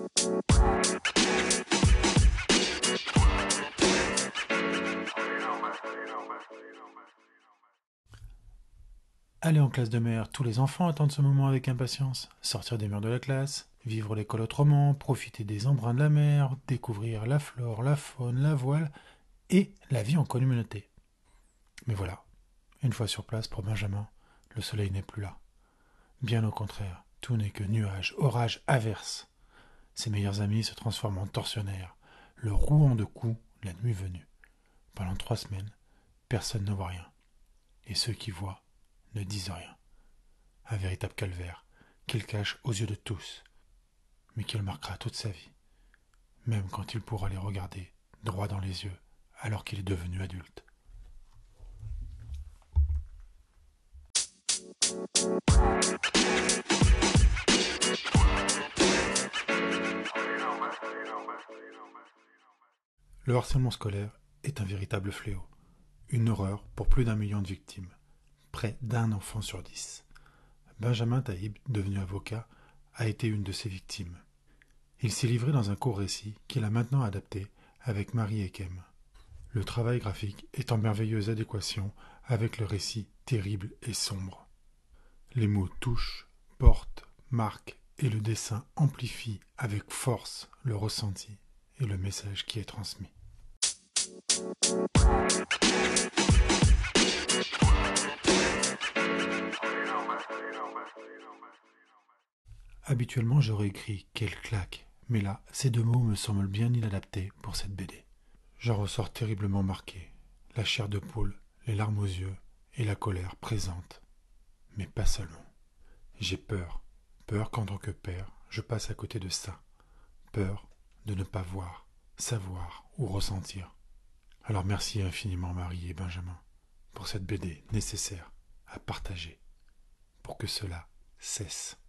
Aller en classe de mer, tous les enfants attendent ce moment avec impatience. Sortir des murs de la classe, vivre l'école autrement, profiter des embruns de la mer, découvrir la flore, la faune, la voile et la vie en communauté. Mais voilà, une fois sur place pour Benjamin, le soleil n'est plus là. Bien au contraire, tout n'est que nuages, orages, averses. Ses meilleurs amis se transforment en tortionnaires, le rouant de coups la nuit venue. Pendant 3 semaines, personne ne voit rien. Et ceux qui voient ne disent rien. Un véritable calvaire qu'il cache aux yeux de tous, mais qu'il marquera toute sa vie, même quand il pourra les regarder droit dans les yeux alors qu'il est devenu adulte. Le harcèlement scolaire est un véritable fléau, une horreur pour plus d'1 million de victimes, près d'1 enfant sur 10. Benjamin Taïb, devenu avocat, a été une de ces victimes. Il s'est livré dans un court récit qu'il a maintenant adapté avec Marie Ekem. Le travail graphique est en merveilleuse adéquation avec le récit terrible et sombre. Les mots touchent, portent, marquent et le dessin amplifie avec force le ressenti et le message qui est transmis. Habituellement, j'aurais écrit « Quelle claque !» mais là, ces 2 mots me semblent bien inadaptés pour cette BD. J'en ressors terriblement marqué, la chair de poule, les larmes aux yeux et la colère présente. Mais pas seulement. J'ai peur qu'en tant que père, je passe à côté de ça. Peur de ne pas voir, savoir ou ressentir. Alors merci infiniment Marie et Benjamin pour cette BD nécessaire à partager pour que cela cesse.